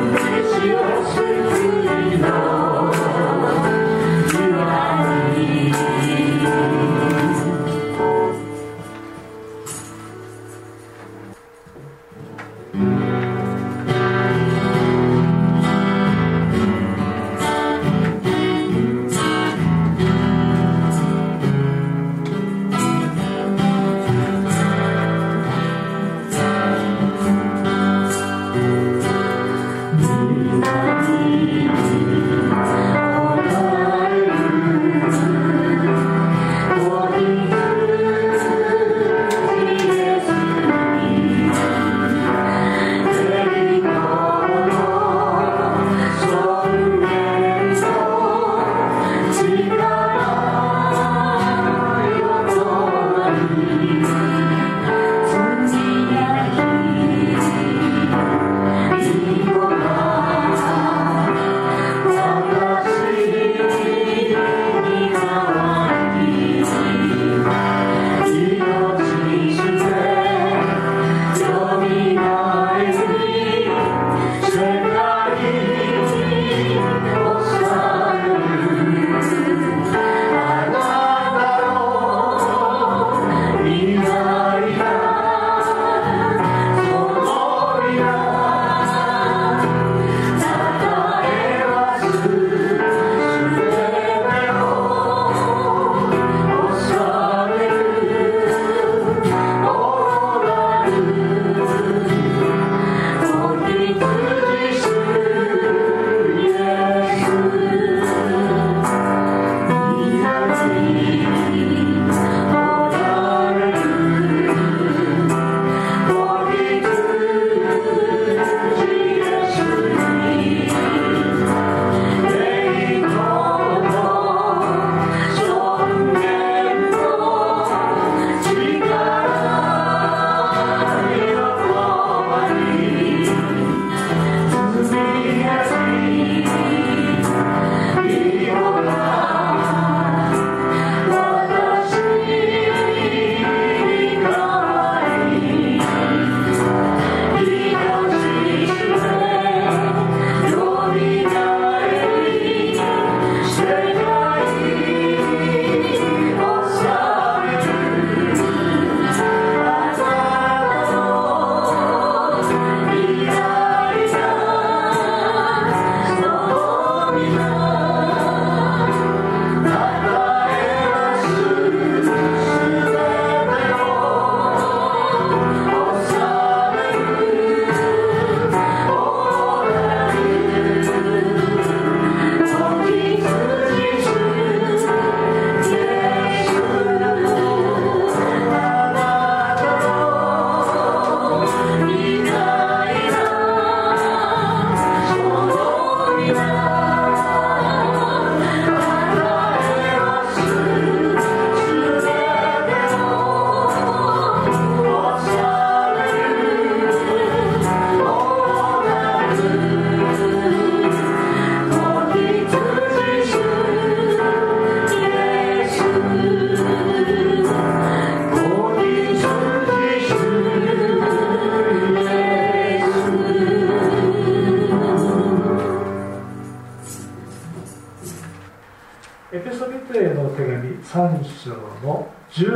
3章の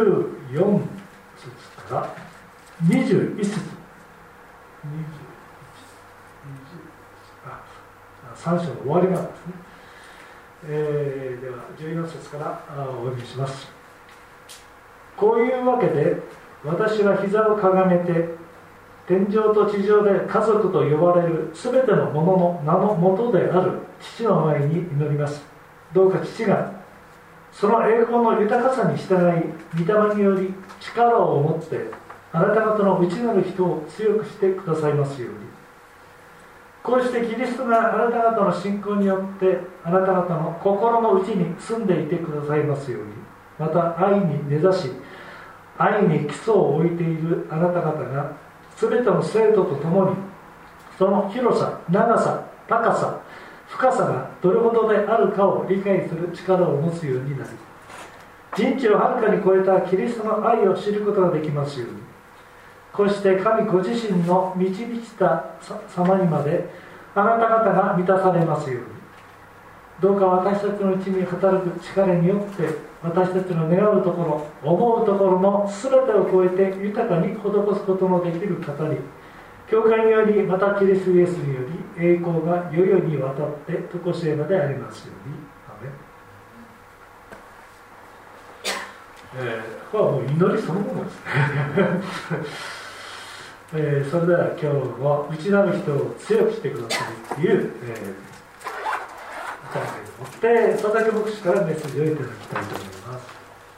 14節から21節、3章の終わりまでですね。では14節からお読みします。こういうわけで私は膝をかがめて天上と地上で家族と呼ばれるすべてのものの名の元である父の前に祈ります。どうか父がその栄光の豊かさに従い、御霊により力を持ってあなた方の内なる人を強くしてくださいますように。こうしてキリストがあなた方の信仰によってあなた方の心の内に住んでいてくださいますように。また愛に根ざし愛に基礎を置いているあなた方がすべての生徒と共にその広さ、長さ、高さ、深さがどれほどであるかを理解する力を持つようになり、人知をはるかに超えたキリストの愛を知ることができますように。こうして神ご自身の導いた様にまであなた方が満たされますように。どうか私たちのうちに働く力によって私たちの願うところ思うところの全てを超えて豊かに施すことのできる方に、教会によりまたキリストイエスにより栄光が世々にわたって常しえまでありますように。アメン。これはもう祈りそのものですねそれでは今日は内なる人を強くしてくださいという、タイトルを持って佐竹牧師からメッセージをいただきたいと思います。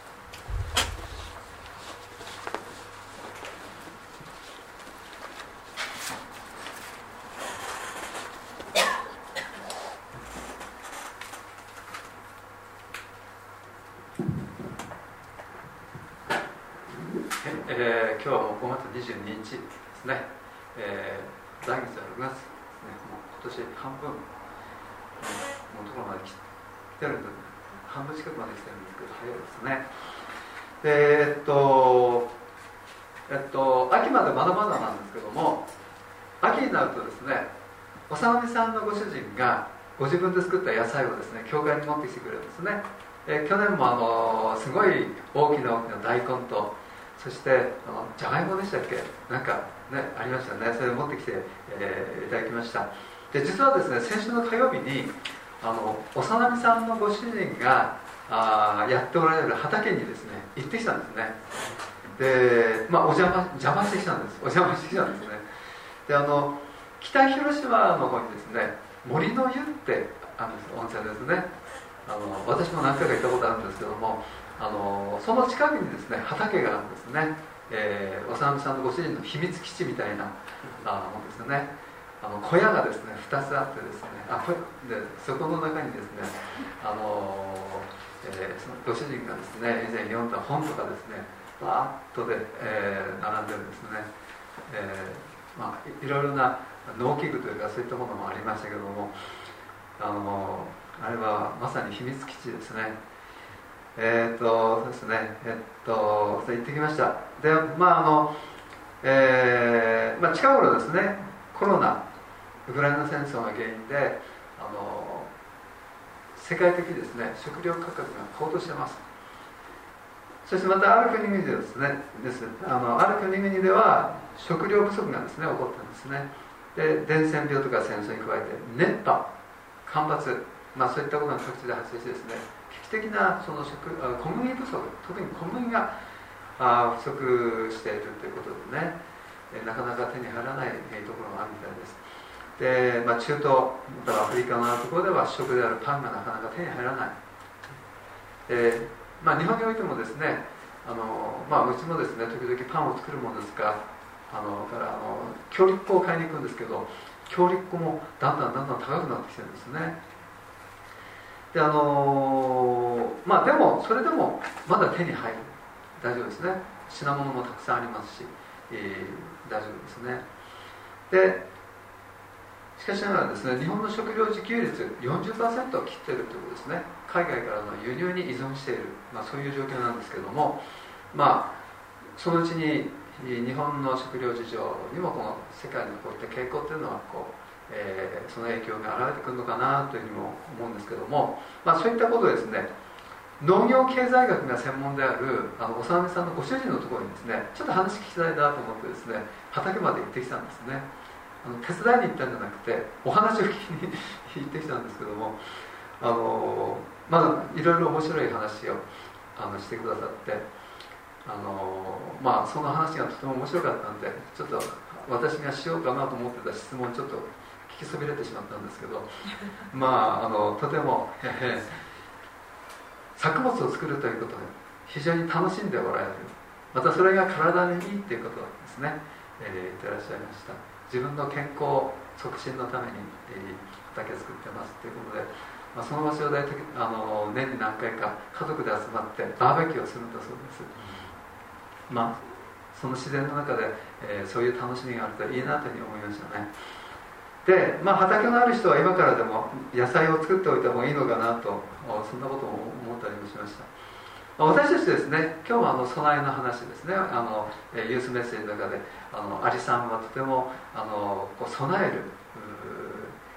今日はもう5月22日ですね、来月は6月ですね、もう今年半分のところまで来てるんで、半分近くまで来てるんですけど、早いですね。秋までまだまだなんですけども、秋になるとですね、おさなみさんのご主人がご自分で作った野菜をですね、教会に持ってきてくれるんですね。去年もすごい大きな大根と、そしてじゃがいもでしたっけ、なんかねありましたね。それを持ってきて、いただきました。で実はですね、先週の火曜日におさなみさんのご主人がやっておられる畑にですね行ってきたんですね。で、お邪魔してきたんです。ね。で北広島の方にですね、森の湯ってあるんです、温泉ですね。私も何回か行ったことあるんですけども、その近くにですね畑があるんですね。おさなみさんのご主人の秘密基地みたいなものですね。小屋がですね2つあってですね、そこの中にですねそのご主人がですね以前読んだ本とかですねバーッとで、並んでるんですね。いろいろな農機具というかそういったものもありましたけども、あれはまさに秘密基地ですね。そうですね、それ行ってきました。で、近頃ですね、コロナ、ウクライナ戦争が原因で世界的にですね食料価格が高騰しています。そしてまたある国々でですね、ある国々では食料不足がですね起こったんですね。で、伝染病とか戦争に加えて熱波、干ばつ、そういったことが各地で発生してですね、危機的なその小麦不足、特に小麦が不足しているということでね、なかなか手に入らないところがあるみたいです。で、中東、またアフリカのところでは主食であるパンがなかなか手に入らない。日本においてもですね、うちもですね、時々パンを作るものですから、強力粉を買いに行くんですけど、強力粉もだんだん高くなってきてるんですね。で、でもそれでもまだ手に入る、大丈夫ですね。品物もたくさんありますし、大丈夫ですね。でしかしながらですね、日本の食料自給率 40% を切っているということですね。海外からの輸入に依存している、そういう状況なんですけれども、そのうちに日本の食料事情にもこの世界のこういった傾向というのはその影響が現れてくるのかなというふうにも思うんですけども、そういったことをですね、農業経済学が専門であるおさなみさんのご主人のところにですね、ちょっと話聞きたいなと思ってですね、畑まで行ってきたんですね。手伝いに行ったんじゃなくてお話を聞きに行ってきたんですけども、いろいろ面白い話をしてくださって、その話がとても面白かったんで、ちょっと私がしようかなと思ってた質問ちょっと聞きそびれてしまったんですけどとても作物を作るということで非常に楽しんでおられる、またそれが体にいいということですね、言ってらっしゃいました。自分の健康促進のために、畑作ってますということで、その場所で年に何回か家族で集まってバーベキューをするんだそうです。その自然の中で、そういう楽しみがあるといいなというふうに思いましたね。で、畑のある人は今からでも野菜を作っておいた方がいいのかなと、そんなことも思ったりもしました。私たちですね、今日は備えの話ですね、ユースメッセージの中でアリさんはとても備える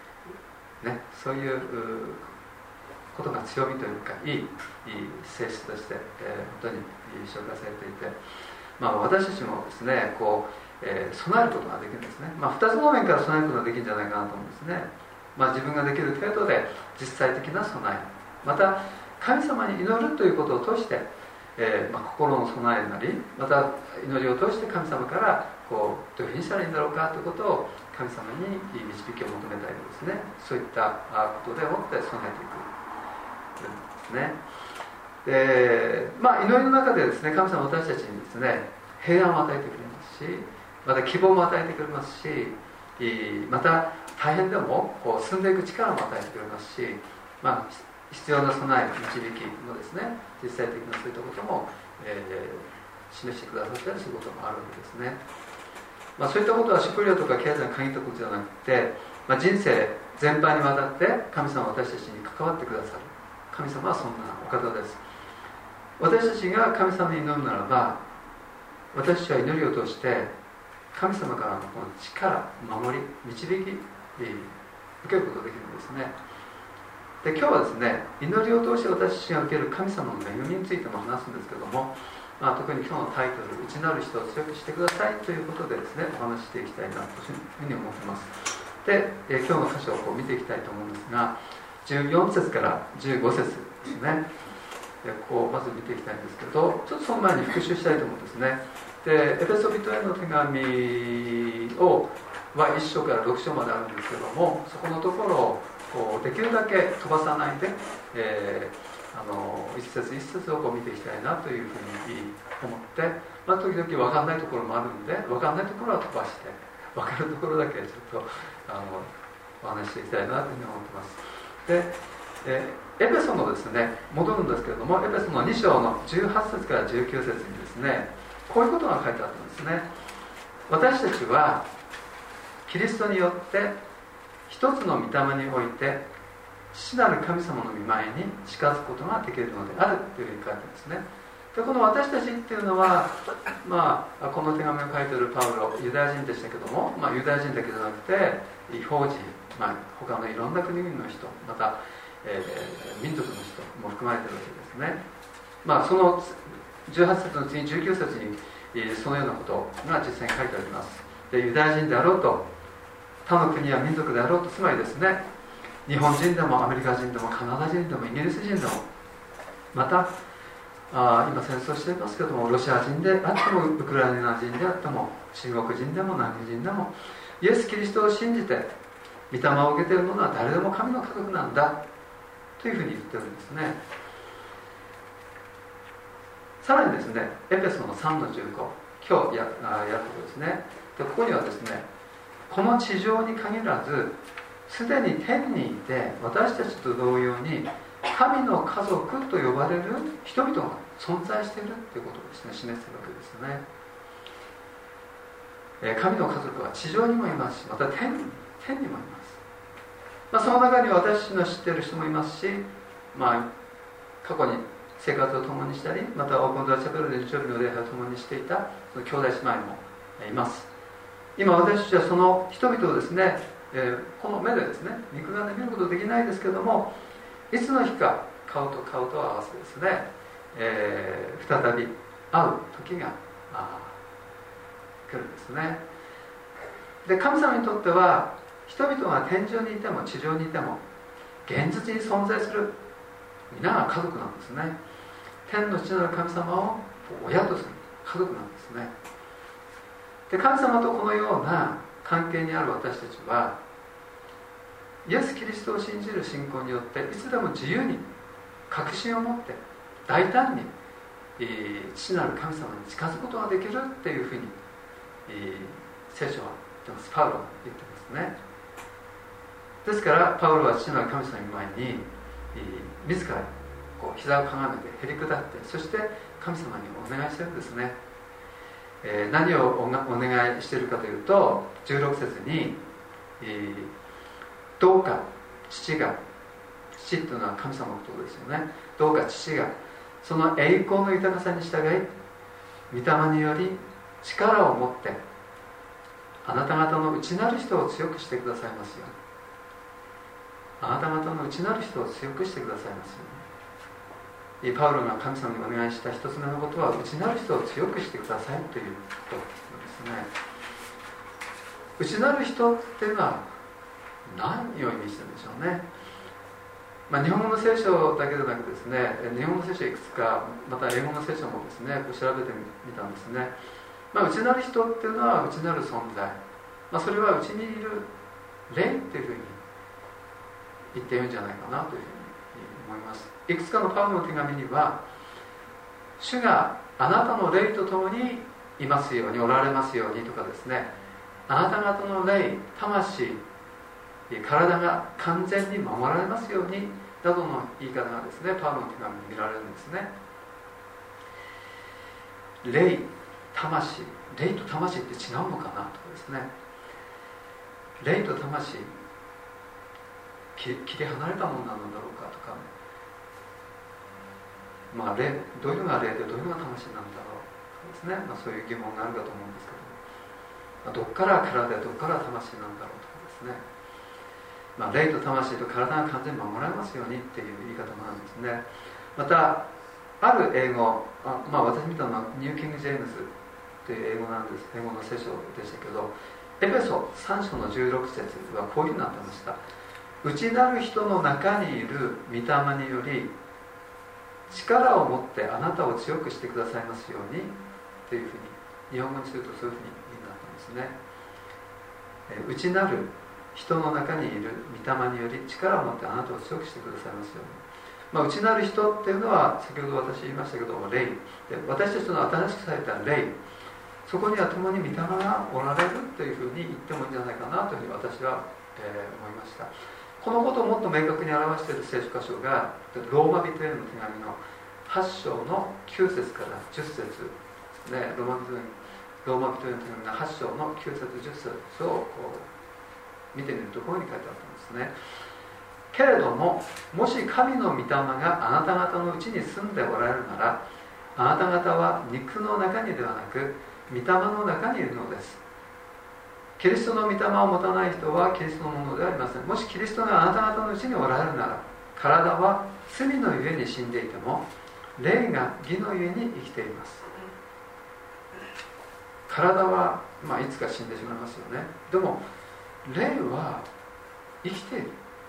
ね、そういうことが強みというかいい性質として、本当に紹介されていて、私たちもですね備えることができるんですね。2つの面から備えることができるんじゃないかなと思うんですね。自分ができる程度で実際的な備え、また神様に祈るということを通して、心の備えなり、また祈りを通して神様からどういうふうにしたらいいんだろうかということを神様に導きを求めたりですね、そういったことでもって備えていくんですね。祈りの中でですね、神様は私たちにですね平安を与えてくれますし、また希望も与えてくれますし、また大変でも進んでいく力も与えてくれますし、必要な備え、導きもですね、実際的なそういったことも、示してくださったりすることもあるわけですね。そういったことは食料とか経済に限ったことじゃなくて、人生全般にわたって神様は私たちに関わってくださる。神様はそんなお方です。私たちが神様に祈るならば、私たちは祈りを通して神様からのこの力、守り、導き、受けることができるんですね。で、今日はですね、祈りを通して私たちが受ける神様の恵みについても話すんですけども、特に今日のタイトル、内なる人を強くしてくださいということでですね、お話ししていきたいなというふうに思っています。で、今日の箇所を見ていきたいと思うんですが、14節から15節ですね。ここをまず見ていきたいんですけど、ちょっとその前に復習したいと思うんですね。で、エペソビトへの手紙は1章から6章まであるんですけども、そこのところをできるだけ飛ばさないで、一節一節を見ていきたいなというふうに思って、時々分かんないところもあるんで、分かんないところは飛ばして、分かるところだけちょっとお話ししていきたいなというふうに思ってます。で、エペソのですね、戻るんですけれども、エペソの2章の18節から19節にですね、こういうことが書いてあったんですね。私たちはキリストによって一つの御霊において父なる神様の御前に近づくことができるのであるというふうに書いてあるんですね。で、この私たちっていうのは、この手紙を書いているパウロ、ユダヤ人でしたけども、ユダヤ人だけじゃなくて異邦人、他のいろんな国々の人、また民族の人も含まれているわけですね。その18節の次に19節にそのようなことが実際に書いてあります。で、ユダヤ人であろうと、他の国や民族であろうと、つまりですね、日本人でもアメリカ人でもカナダ人でもイギリス人でも、また今戦争していますけども、ロシア人であってもウクライナ人であっても中国人でも何人でも、イエス・キリストを信じて御霊を受けている者は誰でも神の家族なんだというふうに言ってるんですね。さらにですね、エペソの3の15、今日やることですね。で、ここにはですね、この地上に限らずすでに天にいて私たちと同様に神の家族と呼ばれる人々が存在しているということをですね、示しているわけですね。神の家族は地上にもいますし、また天にもいます。その中には私の知っている人もいますし、過去に生活を共にしたり、またオープンドアチャペルで日曜日の礼拝を共にしていたその兄弟姉妹もいます。今私たちはその人々をですね、この目でですね、肉眼で見ることできないですけれども、いつの日か顔と顔と合わせてですね、再び会う時が来るんですね。で、神様にとっては人々が天上にいても地上にいても現実に存在する皆が家族なんですね。天の父なる神様を親とする家族なんですね。で、神様とこのような関係にある私たちは、イエス・キリストを信じる信仰によっていつでも自由に確信を持って大胆に、父なる神様に近づくことができるっていうふうに、聖書は言ってます。パウロは言ってますね。ですからパウロは父なる神様の前に、自ら膝をかがめてへり下って、そして神様にお願いしてるんですね。何をお願いしているかというと、16節に、どうか父が、父というのは神様のことですよね。どうか父がその栄光の豊かさに従い、御霊により力を持ってあなた方の内なる人を強くしてくださいますように。 あなた方の内なる人を強くしてくださいますように。パウロが神様にお願いした一つ目のことは、内なる人を強くしてくださいということですね。内なる人っていうのは何を意味してるんでしょうね。日本語の聖書だけでなくですね、日本語の聖書いくつか、また英語の聖書もですね、調べてみたんですね。内なる人っていうのは内なる存在、それは内にいる霊っていうふうに言っているんじゃないかなというふうに思います。いくつかのパウロの手紙には、主があなたの霊とともにいますように、おられますようにとかですね、あなた方の霊、魂、体が完全に守られますようになどの言い方がですね、パウロの手紙に見られるんですね。霊、魂、霊と魂って違うのかなとかですね、霊と魂切り離れたものなのだろうかとか、霊、どういうのが霊でどういうのが魂なんだろうとかですね、そういう疑問があるかと思うんですけど、どっから体でどっから魂なんだろうとかですね、霊と魂と体が完全に守られますようにっていう言い方もあるんですね。またある英語、私見たのはニューキング・ジェームズという英語なんです。英語の聖書でしたけど、エペソ3章の16節はこういうふうになってました。内なる人の中にいる御霊により力を持ってあなたを強くしてくださいますようにというふうに、日本語にするとそういうふうになってますね。内なる人の中にいる御霊により力を持ってあなたを強くしてくださいますように。内なる人っていうのは先ほど私言いましたけども、霊で、私たちの新しくされた霊、そこには共に御霊がおられるというふうに言ってもいいんじゃないかなというふうに私は、思いました。このことをもっと明確に表している聖書箇所がローマ人への手紙の8章の9節から10節ですね。ローマ人への手紙の8章の9節10節を見てみるところに書いてあったんですね。けれども、もし神の御霊があなた方のうちに住んでおられるなら、あなた方は肉の中にではなく御霊の中にいるのです。キリストの御霊を持たない人はキリストのものではありません。もしキリストがあなた方のうちにおられるなら、体は罪のゆえに死んでいても霊が義のゆえに生きています。体は、いつか死んでしまいますよね。でも霊は生きている、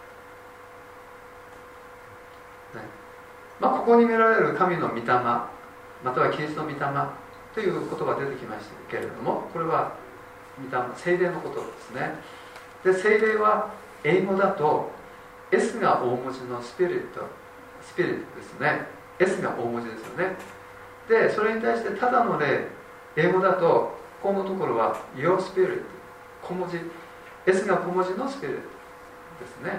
ここに見られる神の御霊、またはキリストの御霊という言葉が出てきましたけれども、これは聖霊のことですね。で、聖霊は英語だと S が大文字のスピリットですね。 S が大文字ですよね。で、それに対してただの霊、英語だとこのところは Your Spirit、 小文字 S が小文字のスピリットですね。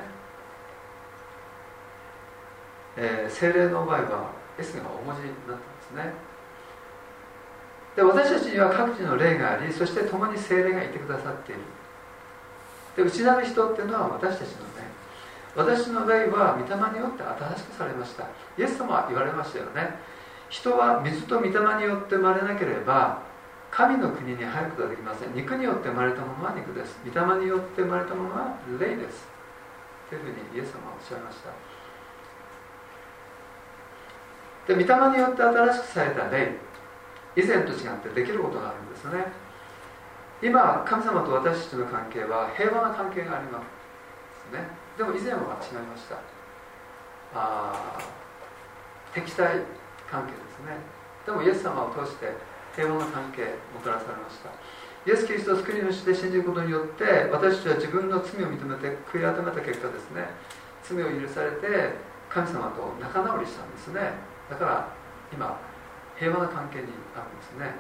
聖霊の場合は S が大文字になってますね。で、私たちには各自の霊があり、そして共に聖霊がいてくださっている。で、内なる人っていうのは私たちの霊。私の霊は御霊によって新しくされました。イエス様は言われましたよね。人は水と御霊によって生まれなければ神の国に入ることはできません。肉によって生まれたものは肉です。御霊によって生まれたものは霊です。というふうにイエス様はおっしゃいました。で、御霊によって新しくされた霊、以前と違ってできることがあるんですね。今、神様と私たちの関係は平和な関係がありますね。でも以前は違いました。敵対関係ですね。でもイエス様を通して平和な関係をもたらされました。イエス・キリストを救い主で信じることによって、私たちは自分の罪を認めて悔い改めた結果ですね、罪を許されて神様と仲直りしたんですね。だから今平和な関係にあるんですね。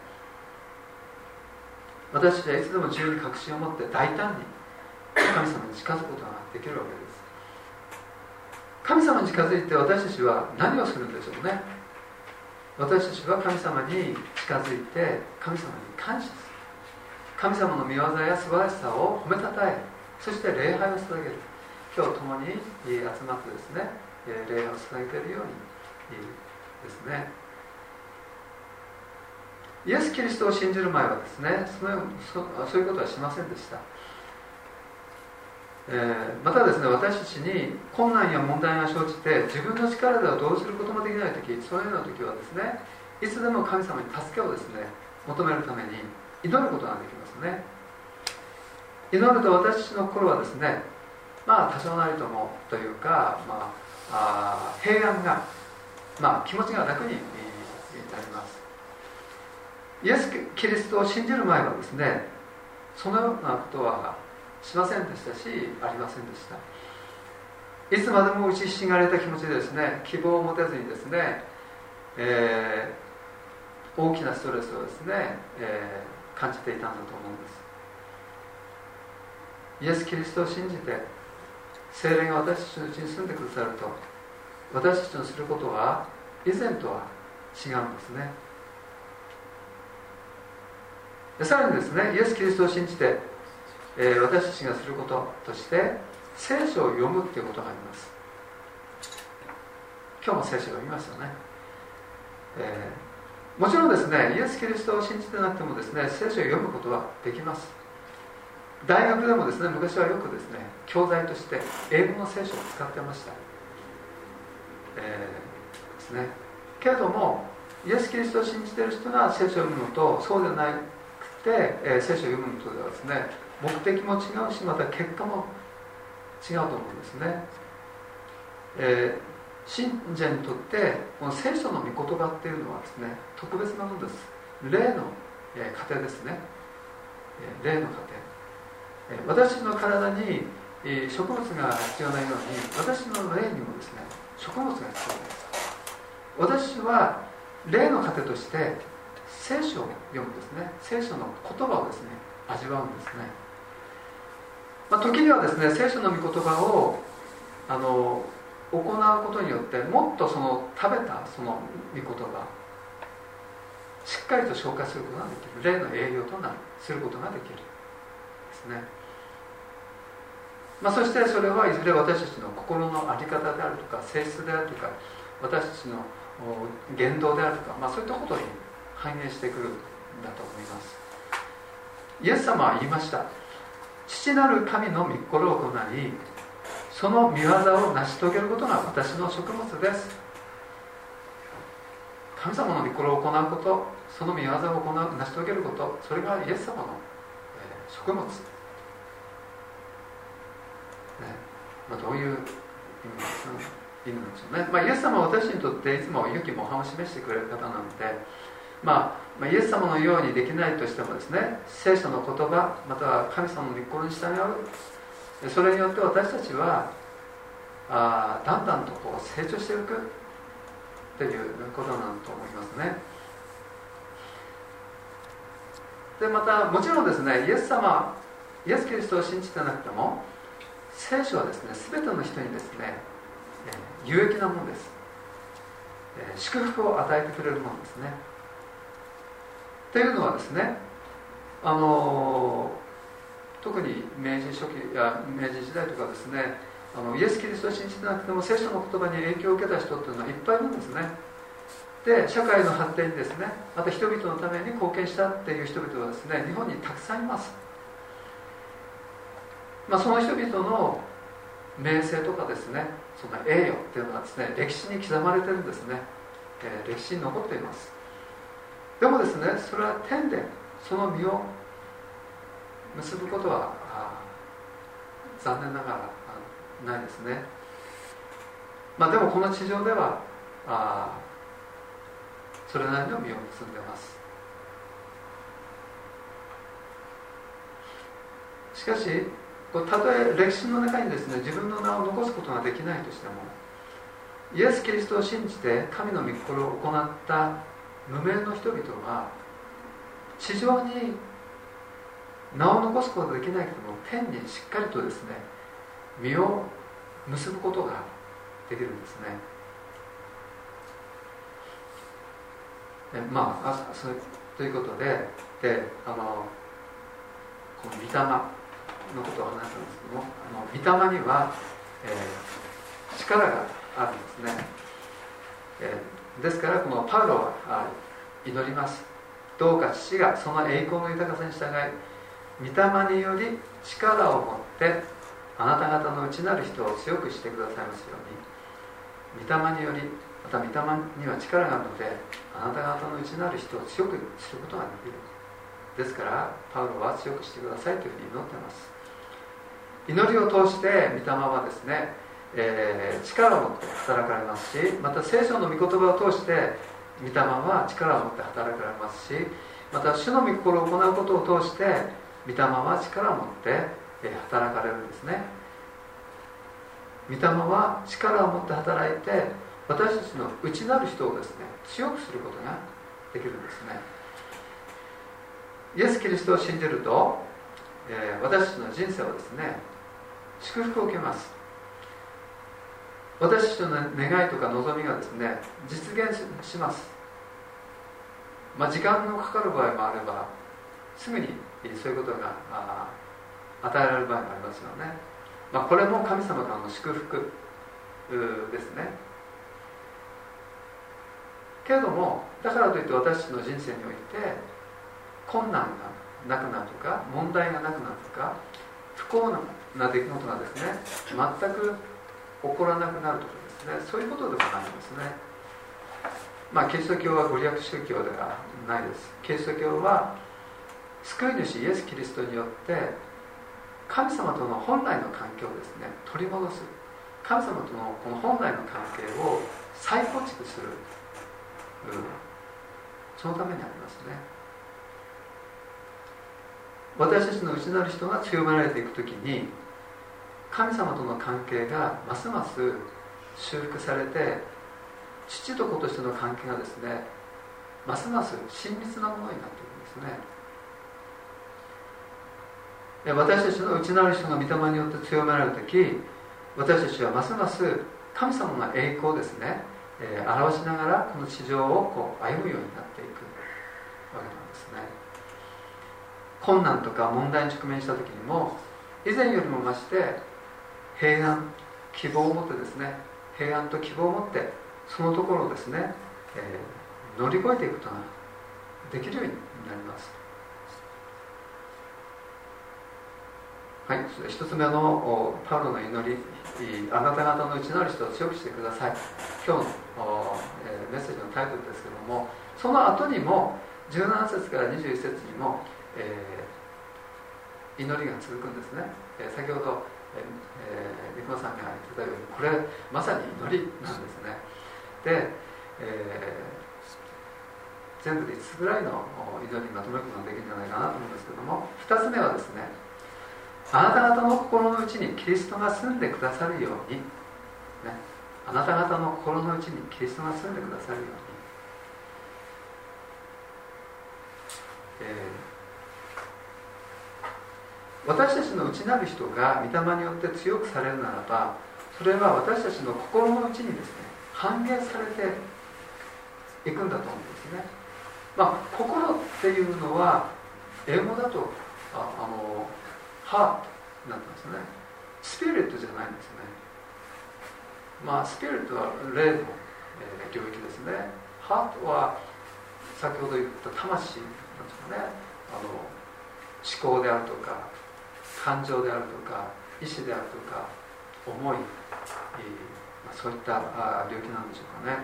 私たちはいつでも自由に確信を持って大胆に神様に近づくことができるわけです。神様に近づいて私たちは何をするんでしょうね。私たちは神様に近づいて神様に感謝する。神様の御業や素晴らしさを褒めたたえ、そして礼拝を捧げる。今日共に集まってですね、礼拝を捧げているようにですね。イエス・キリストを信じる前はですね、そういうことはしませんでした。 またですね、私たちに困難や問題が生じて自分の力ではどうすることもできないとき、そういうようなときはですね、いつでも神様に助けをですね求めるために祈ることができますね。祈ると私の心はですね、多少なりともというか、平安が、気持ちが楽になります。イエス・キリストを信じる前はですね、そのようなことはしませんでしたし、ありませんでした。いつまでも打ちひしがれた気持ちでですね、希望を持てずにですね、大きなストレスをですね、感じていたんだと思うんです。イエス・キリストを信じて聖霊が私たちのうちに住んでくださると、私たちのすることは以前とは違うんですね。でさらにですね、イエス・キリストを信じて、私たちがすることとして聖書を読むということがあります。今日も聖書を読みましたね。もちろんですね、イエス・キリストを信じてなくてもですね、聖書を読むことはできます。大学でもですね、昔はよくですね、教材として英語の聖書を使ってました。ですね。けれども、イエス・キリストを信じている人が聖書を読むのと、そうでなくて、聖書を読むのとではですね、目的も違うし、また結果も違うと思うんですね。信者にとってこの聖書の御言葉っていうのはですね、特別なものです。霊の糧ですね。霊の糧。私の体に植物が必要なように、私の霊にもですね、食物が必要です。私は霊の糧として聖書を読むんですね。聖書の言葉をですね、味わうんですね。時にはですね、聖書の御言葉を行うことによって、もっとその食べたその御言葉しっかりと消化することができる、霊の栄養とすることができるですね。そしてそれはいずれ私たちの心の在り方であるとか、性質であるとか、私たちの言動であるとか、そういったことに反映してくるんだと思います。イエス様は言いました。父なる神の御心を行い、その御業を成し遂げることが私の食物です。神様の御心を行うこと、その御業を成し遂げること、それがイエス様の食物、どういう意味なんでしょうね。イエス様は私にとっていつも良き模範を示してくれる方なので、イエス様のようにできないとしてもですね、聖書の言葉、または神様の御心に従う、それによって私たちはだんだんと成長していくということなんと思いますね。でまたもちろんですね、イエス・キリストを信じてなくても、聖書はですね、全ての人にですね、有益なものです。祝福を与えてくれるものですね。というのはですね、特に明治初期や明治時代とかですね、イエス・キリストを信じてなくても聖書の言葉に影響を受けた人っていうのはいっぱいいるんですね。で社会の発展にですね、また人々のために貢献したっていう人々はですね、日本にたくさんいます。その人々の名声とかですね、その栄誉っていうのはですね、歴史に刻まれてるんですね。歴史に残っています。でもですね、それは天でその実を結ぶことは残念ながらないですね。でもこの地上ではそれなりの実を結んでいます。しかしたとえ歴史の中にですね、自分の名を残すことができないとしても、イエス・キリストを信じて神の御心を行った無名の人々は地上に名を残すことができないけども、天にしっかりとですね、実を結ぶことができるんですね。そうということで、この御霊のことを話したんですけども、御霊には、力があるんですね。ですからこのパウロは祈ります。どうか父がその栄光の豊かさに従い、御霊により力を持ってあなた方の内なる人を強くしてくださいますように、御霊により、また御霊には力があるので、あなた方の内なる人を強くすることができる。ですからパウロは強くしてくださいというふうに祈っています。祈りを通して御霊はですね、力を持って働かれますし、また聖書の御言葉を通して御霊は力を持って働かれますし、また主の御心を行うことを通して御霊は力を持って働かれるんですね。御霊は力を持って働いて、私たちの内なる人をですね、強くすることができるんですね。イエス・キリストを信じると、私たちの人生はですね、祝福を受けます。私たちの願いとか望みがですね、実現します。時間のかかる場合もあれば、すぐにそういうことが与えられる場合もありますよね。これも神様からの祝福ですね。けれども、だからといって私たちの人生において困難がなくなるとか、問題がなくなるとか、不幸な出来事がですね、全く起こらなくなるとかですね、そういうことでもないんですね。キリスト教はご利益宗教ではないです。キリスト教は救い主イエス・キリストによって神様との本来の関係をですね、取り戻す、神様とのこの本来の関係を再構築する、そのためにありますね。私たちの内なる人が強められていくときに、神様との関係がますます修復されて、父と子としての関係がですね、ますます親密なものになっていくんですね。私たちの内なる人が御霊によって強められるとき、私たちはますます神様の栄光をですね、表しながらこの地上を歩むようになっていくわけなんですね。困難とか問題に直面したときにも、以前よりも増して平安、希望を持ってですね、平安と希望を持ってそのところをですね、乗り越えていくことができるようになります。はい、それ一つ目のパウロの祈り、あなた方の内なる人を強くしてください。今日のメッセージのタイトルですけども、その後にも17節から21節にも、祈りが続くんですね。先ほど三熊さんが言ってたように、これまさに祈りなんですね。で、全部で5つぐらいの祈りにまとめることができるんじゃないかなと思うんですけども、2つ目はですね、あなた方の心の内にキリストが住んでくださるように、あなた方の心の内にキリストが住んでくださるように、私たちの内なる人が御霊によって強くされるならば、それは私たちの心の内にですね、反映されていくんだと思うんですね。心っていうのは英語だとハートになってますね。スピリットじゃないんですね。スピリットは霊の領域ですね。ハートは先ほど言った魂なんですかね。思考であるとか感情であるとか意志であるとか思い、そういった領域なんでしょうかね。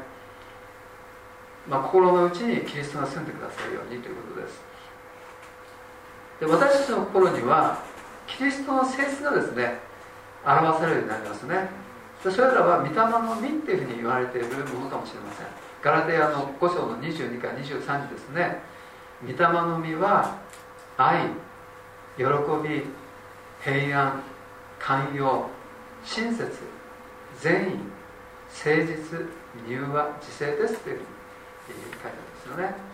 心の内にキリストが住んでくださるようにということです。で、私たちの心にはキリストの性質がですね、表されるようになりますね。で、それらは御霊の実っていうふうに言われているものかもしれません。ガラテヤの5章の22から23にですね、御霊の実は愛、喜び、平安、寛容、親切、善意、誠実、柔和、自制ですというふうに書いてあるんですよね。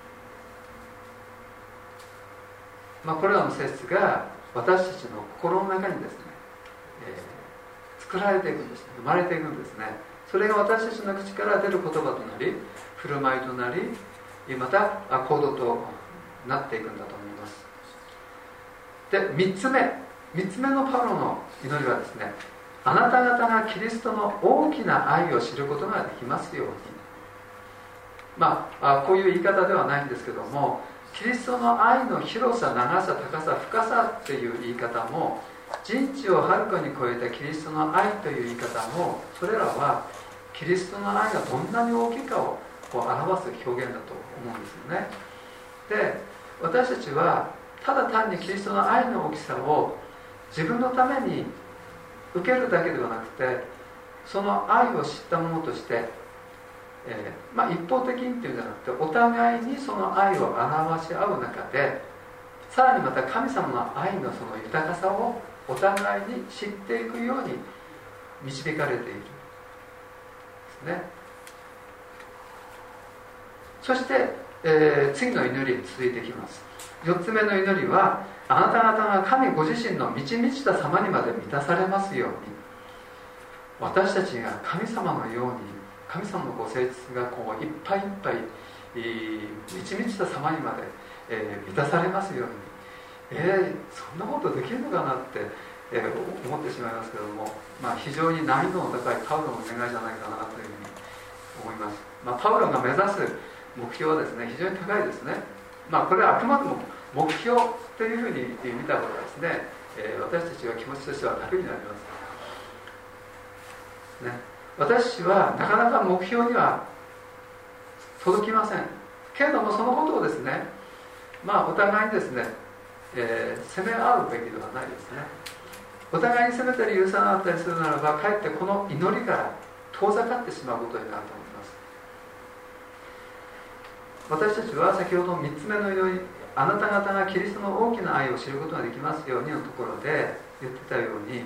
これらの性質が私たちの心の中にですね、作られていくんです、生まれていくんですね。それが私たちの口から出る言葉となり、振る舞いとなり、また行動となっていくんだと思います。で、3つ目のパウロの祈りはですね、あなた方がキリストの大きな愛を知ることができますように。こういう言い方ではないんですけども、キリストの愛の広さ、長さ、高さ、深さっていう言い方も人知をはるかに超えたキリストの愛という言い方も、それらはキリストの愛がどんなに大きいかを表す表現だと思うんですよね。で、私たちはただ単にキリストの愛の大きさを自分のために受けるだけではなくて、その愛を知ったものとして、一方的にっていうんじゃなくて、お互いにその愛を表し合う中で、さらにまた神様の愛のその豊かさをお互いに知っていくように導かれているんですね。そして、次の祈りに続いていきます。4つ目の祈りは、あなた方が神ご自身の満ち満ちた様にまで満たされますように。私たちが神様のように、神様のご誠実がこういっぱいいっぱい満ち満ちた様にまで、満たされますように。そんなことできるのかなって、思ってしまいますけれども、非常に難易度の高いパウロの願いじゃないかなというふうに思います。パウロが目指す目標はですね、非常に高いですね。これはあくまでも目標というふうに見たことはですね、私たちは気持ちとしては楽になります、ね、私はなかなか目標には届きませんけれども、そのことをですね、お互いにですね、責め合うべきではないですね。お互いに責めたり許さなかったりするならば、かえってこの祈りから遠ざかってしまうことになると思います。私たちは先ほど3つ目の祈り、あなた方がキリストの大きな愛を知ることができますようにのところで言ってたように、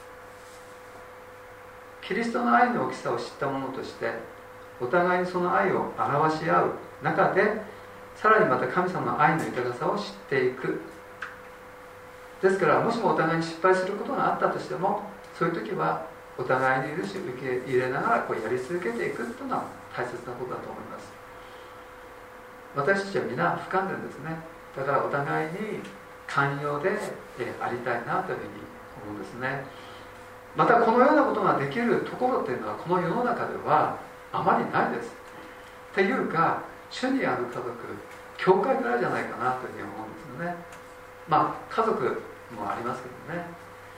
キリストの愛の大きさを知ったものとしてお互いにその愛を表し合う中で、さらにまた神様の愛の豊かさを知っていく。ですから、もしもお互いに失敗することがあったとしても、そういう時はお互いに許し受け入れながらやり続けていくというのは大切なことだと思います。私たちは皆不完全ですね。だからお互いに寛容でありたいなというふうに思うんですね。またこのようなことができるところというのは、この世の中ではあまりないです。っていうか、主にある家族、教会ぐらいじゃないかなというふうに思うんですよね。家族もありますけどね。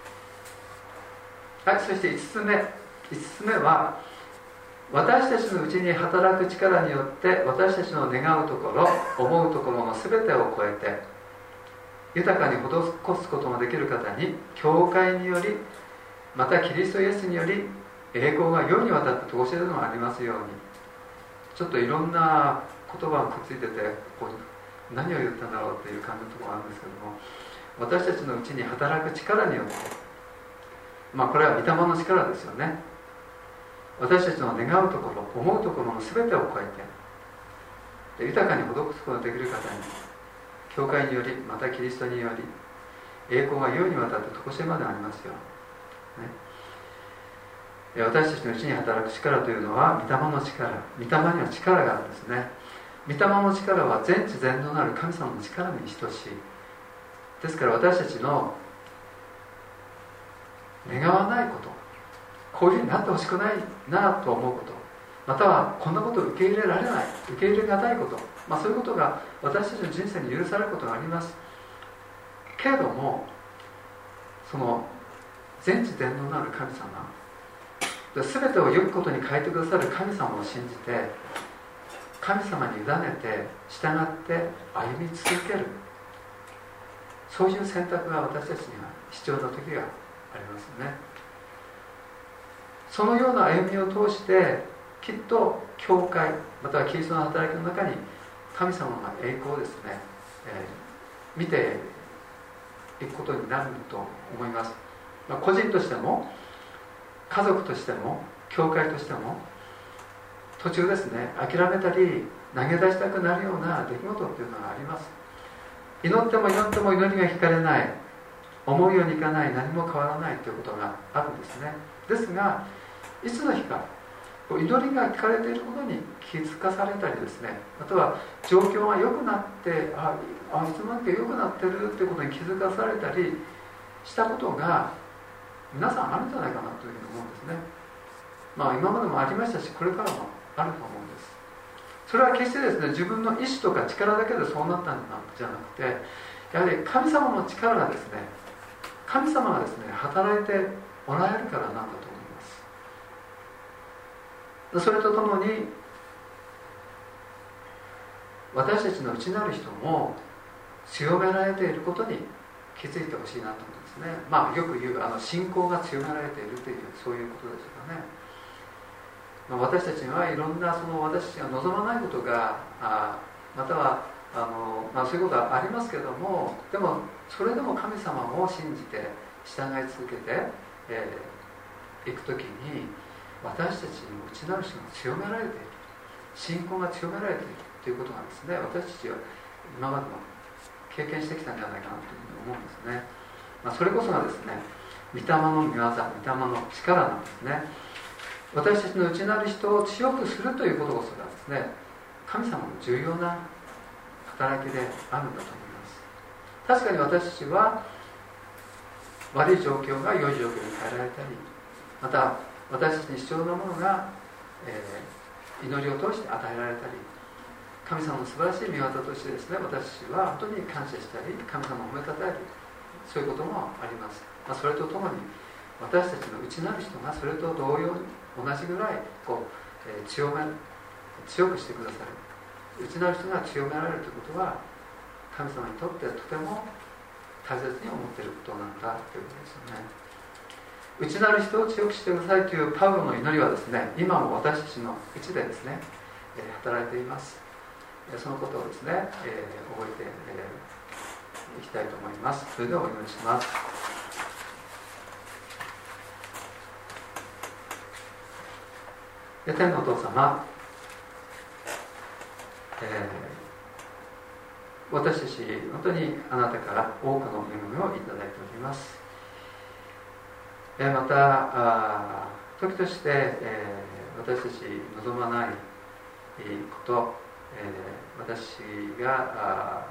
はい、そして5つ目は、私たちのうちに働く力によって私たちの願うところ、思うところの全てを超えて豊かに施すことのできる方に、教会により、またキリストイエスにより栄光が世にわたって通し出るのがありますように。ちょっといろんな言葉がくっついてて、何を言ったんだろうっていう感じのところがあるんですけども、私たちのうちに働く力によって、これは御霊の力ですよね。私たちの願うところ、思うところの全てを超えて、豊かに施すことができる方に、教会により、またキリストにより栄光が世にわたって常しえまでありますよ、ね。私たちのうちに働く力というのは御霊の力。御霊には力があるんですね。御霊の力は全知全能なる神様の力に等しい。ですから私たちの願わないこと、こういうふうになってほしくないなと思うこと、またはこんなことを受け入れられない、受け入れがたいこと、そういうことが私たちの人生に許されることがありますけれども、その全知全能なる神様、全てを良きことに変えてくださる神様を信じて、神様に委ねて従って歩み続ける、そういう選択が私たちには必要な時がありますよね。そのような歩みを通して、きっと教会、またはキリストの働きの中に神様の栄光をですね、見ていくことになると思います。個人としても家族としても教会としても、途中ですね、諦めたり投げ出したくなるような出来事っていうのがあります。祈っても祈っても祈りが聞かれない、思うようにいかない、何も変わらないということがあるんですね。ですが、いつの日か祈りが聞かれていることに気づかされたりですね、または状況が良くなって、いつの間にか良くなってるということに気づかされたりしたことが皆さんあるんじゃないかなというふうに思うんですね。今までもありましたし、これからもあると思うんです。それは決してですね、自分の意志とか力だけでそうなったんじゃなくて、やはり神様の力がですね、 神様がですね働いておられるからなんだと思います。それとともに私たちの内なる人も強められていることに気づいてほしいなと思うんですね。よく言う信仰が強められているというそういうことですよね。私たちにはいろんな私たちが望まないことがまたはそういうことがありますけれども、でもそれでも神様を信じて従い続けていくときに、私たちの内なる人が強められている、信仰が強められているということがですね、私たちは今までも経験してきたんじゃないかなというふうに思うんですね。それこそがですね、御霊の御業、御霊の力なんですね。私たちの内なる人を強くするということこそがですね、神様の重要な働きであるんだと思います。確かに私たちは悪い状況が良い状況に変えられたり、また私たちに必要なものが、祈りを通して与えられたり、神様の素晴らしい御業としてですね、私は本当に感謝したり、神様を褒めたたえる、そういうこともあります。それとともに私たちの内なる人がそれと同様に同じぐらい強くしてくださる、内なる人が強められるということは神様にとってとても大切に思っていることなんだということですよね。内なる人を強くしてくださいというパウロの祈りはですね、今も私たちのうちでですね、働いています。そのことをですね、覚えていきたいと思います。それではお祈りします。天のお父様、私たち本当にあなたから多くの恵みをいただいております。また時として、私たち望まないこと、私が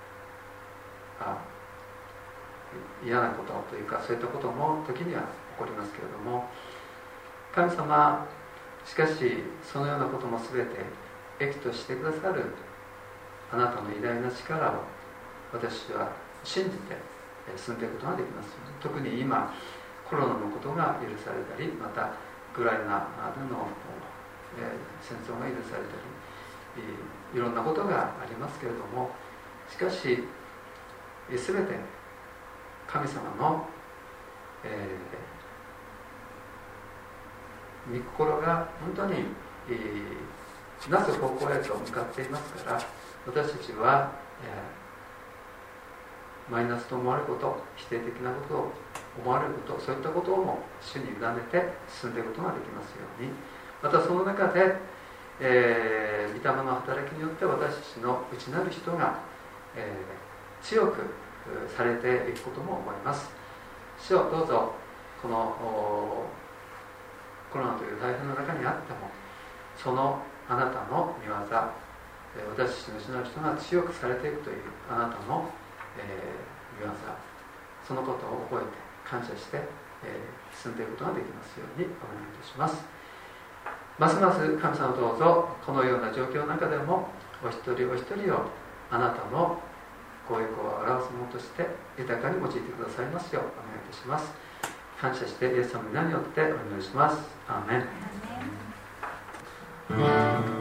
嫌なことというか、そういったことも時には起こりますけれども、神様、しかしそのようなことも全て益としてくださるあなたの偉大な力を私は信じて進んでいくことができます。特に今コロナのことが許されたり、またウクライナでの戦争が許されたり、いろんなことがありますけれども、しかし全て神様の、御心が本当に、なす方向へと向かっていますから、私たちは、マイナスと思われること、否定的なことを思われること、そういったことをも主に委ねて進んでいくことができますように、またその中で、御霊の働きによって私たちの内なる人が、強くされていくことも思います。主をどうぞこのコロナという大変な中にあっても、そのあなたの御業、私たちの内なる人が強くされていくというあなたの、御業、そのことを覚えて感謝して、進んでいくことができますようにお願いいたします。ますます神様どうぞこのような状況の中でもお一人お一人をあなたのご栄光を表すものとして豊かに用いてくださいますようお願いいたします。感謝してイエス様の皆によってお祈りします。アーメン。